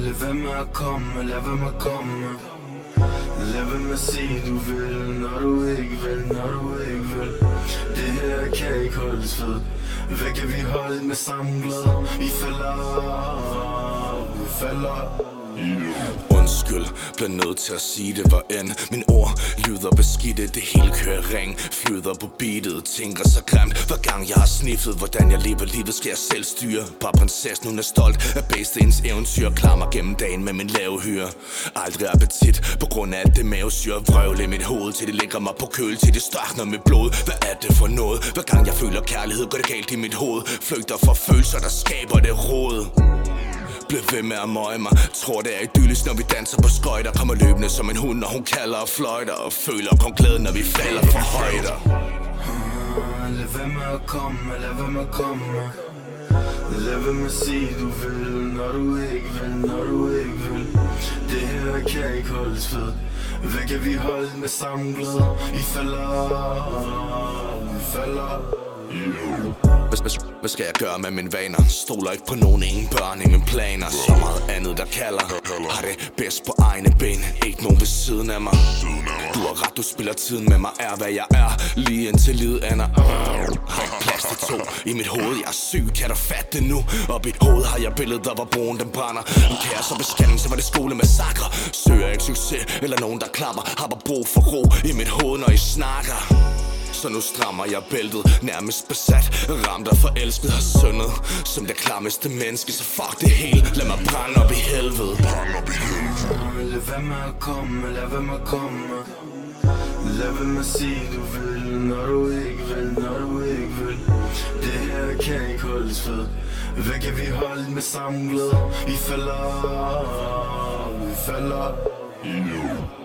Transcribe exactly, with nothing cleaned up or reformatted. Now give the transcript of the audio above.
Lad være med at komme, lad være med at komme. Lad være med at sige du vil, når du ikke vil, når du ikke vil. Det her kan ikke holdes ved. Hvad kan vi holde med samme glæde? Vi falder, vi falder. Undskyld, bliver nødt til at sige det hvor end min ord lyder beskidte, det hele kører ring. Flyder på beatet, tænker så grimt hver gang jeg har sniffet. Hvordan jeg lever livet skal jeg selv styre. Bare prinsessen, hun er stolt af bedsteens eventyr. Klar mig gennem dagen med min lave hyre. Aldrig appetit på grund af alt det mavesyre. Vrøvl i mit hoved til det ligger mig på køl, til det størkner med blod. Hvad er det for noget? Hver gang jeg føler kærlighed går det galt i mit hoved. Flygter fra følelser der skaber det rod. Bliv ved med at møje mig. Tror det er idyllisk når vi danser på skøjter. Kommer løbende som en hund når hun kalder og fløjter. Og føler kun glæde når vi falder for højder. Lad være med at komme, lad være med at komme. Lad være med at sige du vil, når du ikke vil, når du ikke vil. Det her kan ikke holdes ved. Hvad kan vi holde med samme glæde? Vi falder, vi falder. Hvad, hvad skal jeg gøre med mine vaner? Stoler ikke på nogen, ingen børn, ingen planer. Så meget andet der kalder. Har det bedst på egne ben, ikke nogen ved siden af mig. Du har ret, du spiller tiden med mig. Er hvad jeg er, lige indtil livet ender. Har ikke plads til to i mit hoved, jeg er syg, kan du fatte det nu? Op i hovedet har jeg billedet, der var broen, den brænder. En kaos og beskændelse, var det skolemassakre. Søger ikke succes, eller nogen der klapper. Har bare brug for ro i mit hoved, når I snakker. Så nu strammer jeg bæltet, nærmest besat. Ramt og forelsket har syndet som det klammeste menneske. Så fuck det hele, lad mig brænde op i helvede. Lad være med at komme, lad være med at komme. Lad være med at sige du vil, når du ikke vil, når du ikke vil. Det her kan ikke holdes ved. Hvad kan vi holde med samme glæde? Vi falder, vi falder.